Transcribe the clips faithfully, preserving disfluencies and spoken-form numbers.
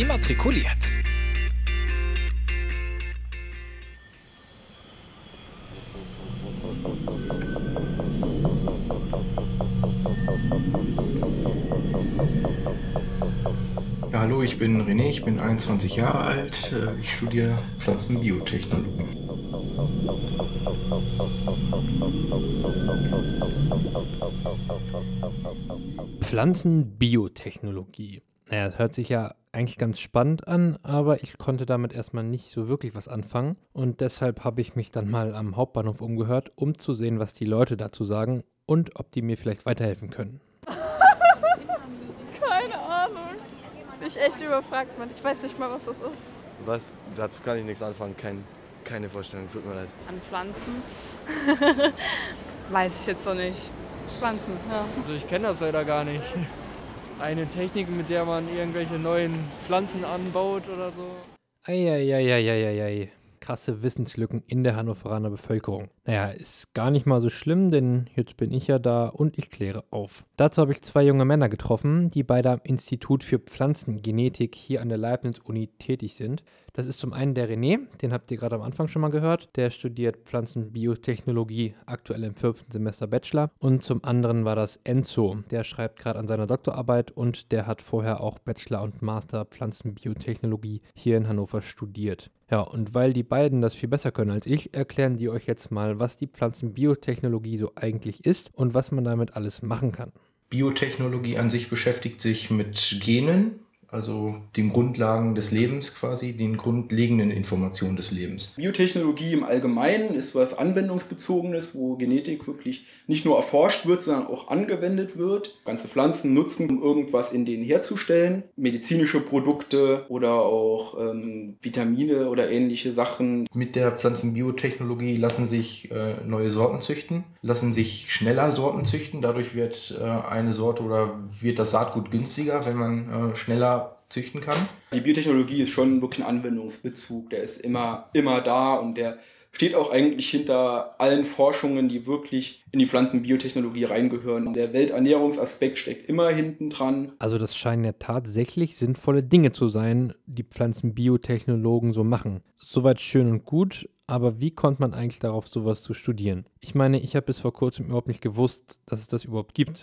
Immatrikuliert. Ja, hallo, ich bin René, ich bin einundzwanzig Jahre alt, ich studiere Pflanzenbiotechnologie. Pflanzenbiotechnologie. Naja, das hört sich ja eigentlich ganz spannend an, aber ich konnte damit erstmal nicht so wirklich was anfangen. Und deshalb habe ich mich dann mal am Hauptbahnhof umgehört, um zu sehen, was die Leute dazu sagen und ob die mir vielleicht weiterhelfen können. Keine Ahnung. Ich echt überfragt, Mann. Ich weiß nicht mal, was das ist. Was? Dazu kann ich nichts anfangen. Kein, keine Vorstellung. Tut mir leid. An Pflanzen? Weiß ich jetzt noch nicht. Pflanzen, ja. Also ich kenne das leider gar nicht. Eine Technik, mit der man irgendwelche neuen Pflanzen anbaut oder so. Eieieiei. Krasse Wissenslücken in der Hannoveraner Bevölkerung. Naja, ist gar nicht mal so schlimm, denn jetzt bin ich ja da und ich kläre auf. Dazu habe ich zwei junge Männer getroffen, die beide am Institut für Pflanzengenetik hier an der Leibniz-Uni tätig sind. Das ist zum einen der René, den habt ihr gerade am Anfang schon mal gehört. Der studiert Pflanzenbiotechnologie, aktuell im fünften Semester Bachelor. Und zum anderen war das Enzo, der schreibt gerade an seiner Doktorarbeit und der hat vorher auch Bachelor und Master Pflanzenbiotechnologie hier in Hannover studiert. Ja, und weil die beiden das viel besser können als ich, erklären die euch jetzt mal, was die Pflanzenbiotechnologie so eigentlich ist und was man damit alles machen kann. Biotechnologie an sich beschäftigt sich mit Genen, also den Grundlagen des Lebens quasi, den grundlegenden Informationen des Lebens. Biotechnologie im Allgemeinen ist was Anwendungsbezogenes, wo Genetik wirklich nicht nur erforscht wird, sondern auch angewendet wird. Ganze Pflanzen nutzen, um irgendwas in denen herzustellen. Medizinische Produkte oder auch ähm, Vitamine oder ähnliche Sachen. Mit der Pflanzenbiotechnologie lassen sich äh, neue Sorten züchten, lassen sich schneller Sorten züchten. Dadurch wird äh, eine Sorte oder wird das Saatgut günstiger, wenn man äh, schneller züchten kann. Die Biotechnologie ist schon wirklich ein Anwendungsbezug. Der ist immer, immer da und der steht auch eigentlich hinter allen Forschungen, die wirklich in die Pflanzenbiotechnologie reingehören. Der Welternährungsaspekt steckt immer hinten dran. Also das scheinen ja tatsächlich sinnvolle Dinge zu sein, die Pflanzenbiotechnologen so machen. Soweit schön und gut, aber wie kommt man eigentlich darauf, sowas zu studieren? Ich meine, ich habe bis vor kurzem überhaupt nicht gewusst, dass es das überhaupt gibt.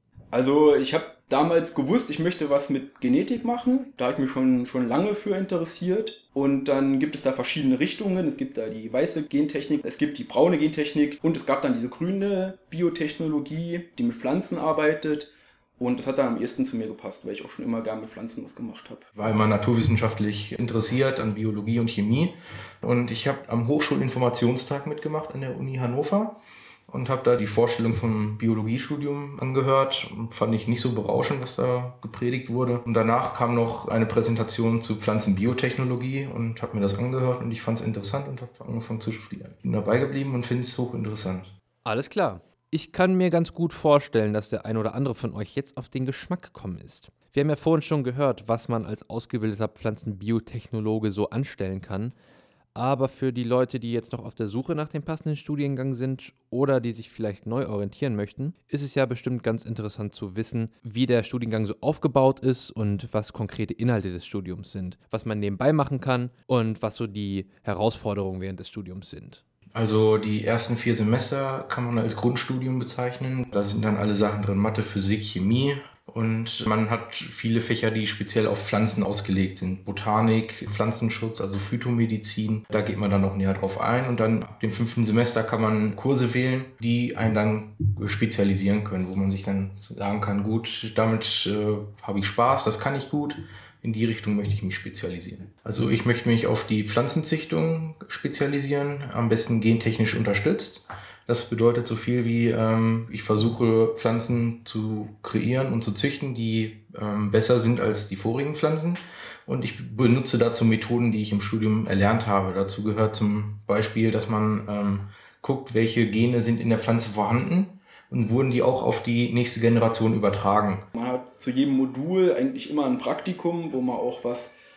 Also ich habe damals gewusst, ich möchte was mit Genetik machen. Da habe ich mich schon, schon lange für interessiert. Und dann gibt es da verschiedene Richtungen. Es gibt da die weiße Gentechnik, es gibt die braune Gentechnik und es gab dann diese grüne Biotechnologie, die mit Pflanzen arbeitet. Und das hat dann am ehesten zu mir gepasst, weil ich auch schon immer gerne mit Pflanzen was gemacht habe. Ich war immer naturwissenschaftlich interessiert an Biologie und Chemie. Und ich habe am Hochschulinformationstag mitgemacht an der Uni Hannover. Und habe da die Vorstellung vom Biologiestudium angehört. Fand ich nicht so berauschend, was da gepredigt wurde. Und danach kam noch eine Präsentation zu Pflanzenbiotechnologie und habe mir das angehört und ich fand es interessant und habe angefangen zu studieren. Bin dabei geblieben und finde es hochinteressant. Alles klar. Ich kann mir ganz gut vorstellen, dass der ein oder andere von euch jetzt auf den Geschmack gekommen ist. Wir haben ja vorhin schon gehört, was man als ausgebildeter Pflanzenbiotechnologe so anstellen kann. Aber für die Leute, die jetzt noch auf der Suche nach dem passenden Studiengang sind oder die sich vielleicht neu orientieren möchten, ist es ja bestimmt ganz interessant zu wissen, wie der Studiengang so aufgebaut ist und was konkrete Inhalte des Studiums sind, was man nebenbei machen kann und was so die Herausforderungen während des Studiums sind. Also die ersten vier Semester kann man als Grundstudium bezeichnen. Da sind dann alle Sachen drin, Mathe, Physik, Chemie. Und man hat viele Fächer, die speziell auf Pflanzen ausgelegt sind. Botanik, Pflanzenschutz, also Phytomedizin. Da geht man dann noch näher drauf ein. Und dann ab dem fünften Semester kann man Kurse wählen, die einen dann spezialisieren können, wo man sich dann sagen kann, gut, damit äh, habe ich Spaß, das kann ich gut. In die Richtung möchte ich mich spezialisieren. Also ich möchte mich auf die Pflanzenzüchtung spezialisieren, am besten gentechnisch unterstützt. Das bedeutet so viel wie, ähm, ich versuche Pflanzen zu kreieren und zu züchten, die ähm, besser sind als die vorigen Pflanzen. Und ich benutze dazu Methoden, die ich im Studium erlernt habe. Dazu gehört zum Beispiel, dass man ähm, guckt, welche Gene sind in der Pflanze vorhanden und wurden die auch auf die nächste Generation übertragen. Man hat zu jedem Modul eigentlich immer ein Praktikum, wo man auch was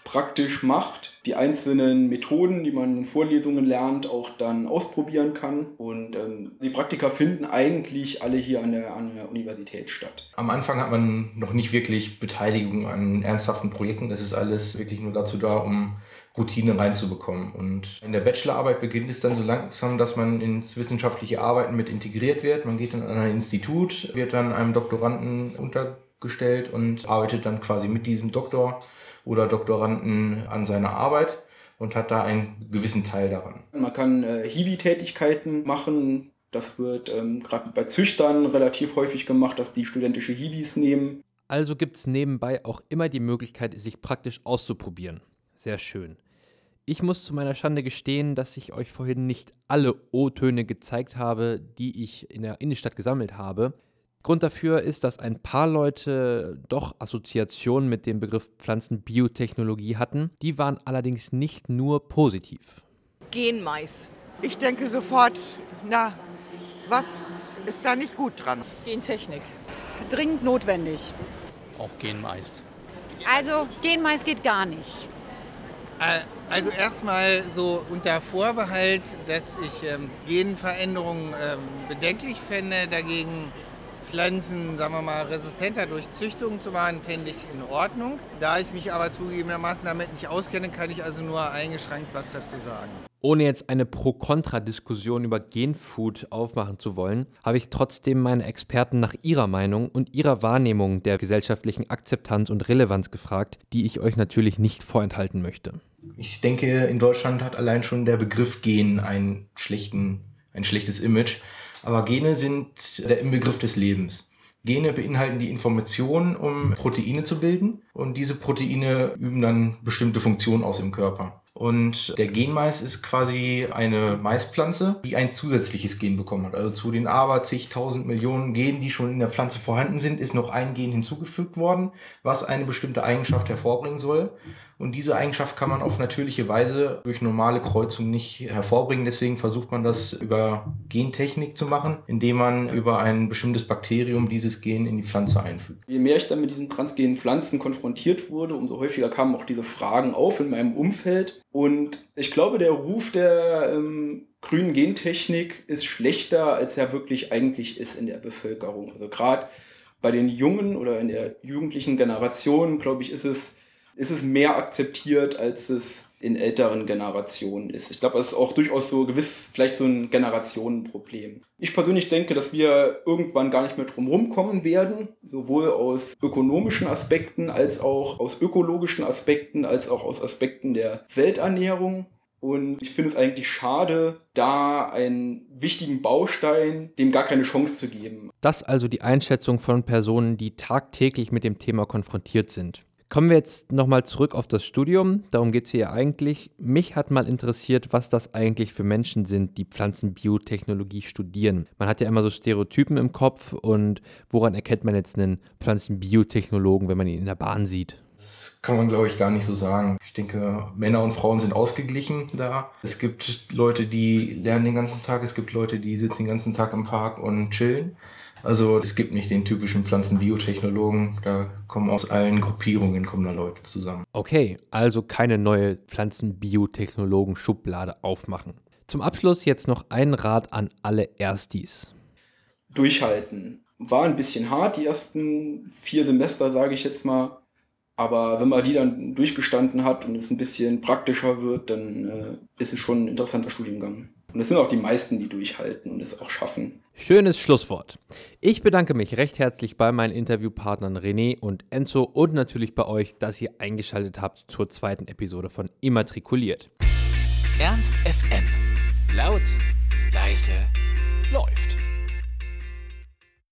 praktisch macht, die einzelnen Methoden, die man in Vorlesungen lernt, auch dann ausprobieren kann. Und ähm, die Praktika finden eigentlich alle hier an der, an der Universität statt. Am Anfang hat man noch nicht wirklich Beteiligung an ernsthaften Projekten. Das ist alles wirklich nur dazu da, um Routine reinzubekommen. Und in der Bachelorarbeit beginnt es dann so langsam, dass man ins wissenschaftliche Arbeiten mit integriert wird. Man geht dann an ein Institut, wird dann einem Doktoranden untergestellt und arbeitet dann quasi mit diesem Doktor oder Doktoranden an seiner Arbeit und hat da einen gewissen Teil daran. Man kann äh, Hiwi-Tätigkeiten machen. Das wird ähm, gerade bei Züchtern relativ häufig gemacht, dass die studentische Hiwis nehmen. Also gibt es nebenbei auch immer die Möglichkeit, sich praktisch auszuprobieren. Sehr schön. Ich muss zu meiner Schande gestehen, dass ich euch vorhin nicht alle O-Töne gezeigt habe, die ich in der Innenstadt gesammelt habe. Grund dafür ist, dass ein paar Leute doch Assoziationen mit dem Begriff Pflanzenbiotechnologie hatten. Die waren allerdings nicht nur positiv. Genmais. Ich denke sofort, na, was ist da nicht gut dran? Gentechnik. Dringend notwendig. Auch Genmais. Also Genmais geht gar nicht. Also erstmal so unter Vorbehalt, dass ich ähm, Genveränderungen ähm, bedenklich fände, dagegen Pflanzen, sagen wir mal, resistenter durch Züchtung zu machen, fände ich in Ordnung. Da ich mich aber zugegebenermaßen damit nicht auskenne, kann ich also nur eingeschränkt was dazu sagen. Ohne jetzt eine Pro-Kontra-Diskussion über Genfood aufmachen zu wollen, habe ich trotzdem meine Experten nach ihrer Meinung und ihrer Wahrnehmung der gesellschaftlichen Akzeptanz und Relevanz gefragt, die ich euch natürlich nicht vorenthalten möchte. Ich denke, in Deutschland hat allein schon der Begriff Gen einen schlechten, ein schlechtes Image. Aber Gene sind der Inbegriff des Lebens. Gene beinhalten die Informationen, um Proteine zu bilden. Und diese Proteine üben dann bestimmte Funktionen aus im Körper. Und der Genmais ist quasi eine Maispflanze, die ein zusätzliches Gen bekommen hat. Also zu den aber zigtausend Millionen Genen, die schon in der Pflanze vorhanden sind, ist noch ein Gen hinzugefügt worden, was eine bestimmte Eigenschaft hervorbringen soll. Und diese Eigenschaft kann man auf natürliche Weise durch normale Kreuzung nicht hervorbringen. Deswegen versucht man das über Gentechnik zu machen, indem man über ein bestimmtes Bakterium dieses Gen in die Pflanze einfügt. Je mehr ich dann mit diesen transgenen Pflanzen konfrontiert wurde, umso häufiger kamen auch diese Fragen auf in meinem Umfeld. Und ich glaube, der Ruf der ähm, grünen Gentechnik ist schlechter, als er wirklich eigentlich ist in der Bevölkerung. Also gerade bei den Jungen oder in der jugendlichen Generation, glaube ich, ist es ist es mehr akzeptiert, als es in älteren Generationen ist. Ich glaube, das ist auch durchaus so gewiss vielleicht so ein Generationenproblem. Ich persönlich denke, dass wir irgendwann gar nicht mehr drum rumkommen werden, sowohl aus ökonomischen Aspekten als auch aus ökologischen Aspekten, als auch aus Aspekten der Welternährung. Und ich finde es eigentlich schade, da einen wichtigen Baustein dem gar keine Chance zu geben. Das also die Einschätzung von Personen, die tagtäglich mit dem Thema konfrontiert sind. Kommen wir jetzt nochmal zurück auf das Studium, darum geht es hier ja eigentlich. Mich hat mal interessiert, was das eigentlich für Menschen sind, die Pflanzenbiotechnologie studieren. Man hat ja immer so Stereotypen im Kopf und woran erkennt man jetzt einen Pflanzenbiotechnologen, wenn man ihn in der Bahn sieht? Das kann man, glaube ich, gar nicht so sagen. Ich denke, Männer und Frauen sind ausgeglichen da. Es gibt Leute, die lernen den ganzen Tag, es gibt Leute, die sitzen den ganzen Tag im Park und chillen. Also es gibt nicht den typischen Pflanzenbiotechnologen, da kommen aus allen Gruppierungen kommen da Leute zusammen. Okay, also keine neue Pflanzenbiotechnologen-Schublade aufmachen. Zum Abschluss jetzt noch ein Rat an alle Erstis. Durchhalten. War ein bisschen hart, die ersten vier Semester, sage ich jetzt mal. Aber wenn man die dann durchgestanden hat und es ein bisschen praktischer wird, dann äh, ist es schon ein interessanter Studiengang. Und es sind auch die meisten, die durchhalten und es auch schaffen. Schönes Schlusswort. Ich bedanke mich recht herzlich bei meinen Interviewpartnern René und Enzo und natürlich bei euch, dass ihr eingeschaltet habt zur zweiten Episode von Immatrikuliert. Ernst F M. Laut, leise, läuft.